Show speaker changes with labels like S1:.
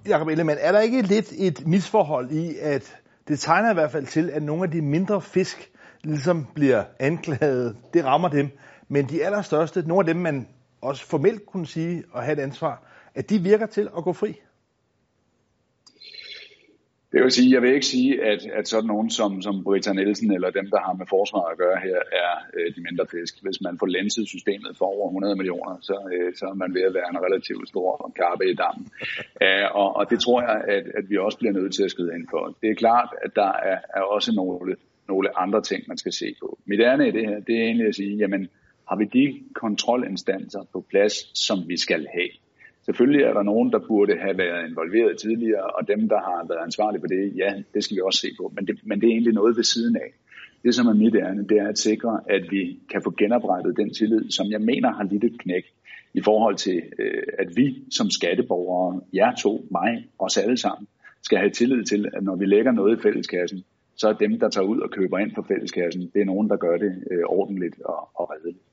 S1: Jakob Ellemann, er der ikke lidt et misforhold i, at det tegner i hvert fald til, at nogle af de mindre fisk ligesom bliver anklaget, det rammer dem, men de allerstørste, nogle af dem, man også formelt kunne sige og have et ansvar, at de virker til at gå fri?
S2: Det vil sige, jeg vil ikke sige, at sådan nogen som Britta Nielsen eller dem, der har med forsvaret at gøre her, er de mindre fisk. Hvis man får lænset systemet for over 100 millioner, så er man ved at være en relativt stor karpe i dammen. Og det tror jeg, at vi også bliver nødt til at skride ind for. Det er klart, at der er også nogle andre ting, man skal se på. Mit ærne i det her, det er egentlig at sige, jamen, har vi de kontrolinstanser på plads, som vi skal have? Selvfølgelig er der nogen, der burde have været involveret tidligere, og dem, der har været ansvarlige for det, ja, det skal vi også se på. Men det er egentlig noget ved siden af. Det, som er mit ærne, det er at sikre, at vi kan få genoprettet den tillid, som jeg mener har lidt et knæk i forhold til, at vi som skatteborgere, jer to, mig, os alle sammen, skal have tillid til, at når vi lægger noget i fælleskassen, så er dem, der tager ud og køber ind på fælleskassen, det er nogen, der gør det ordentligt og redeligt.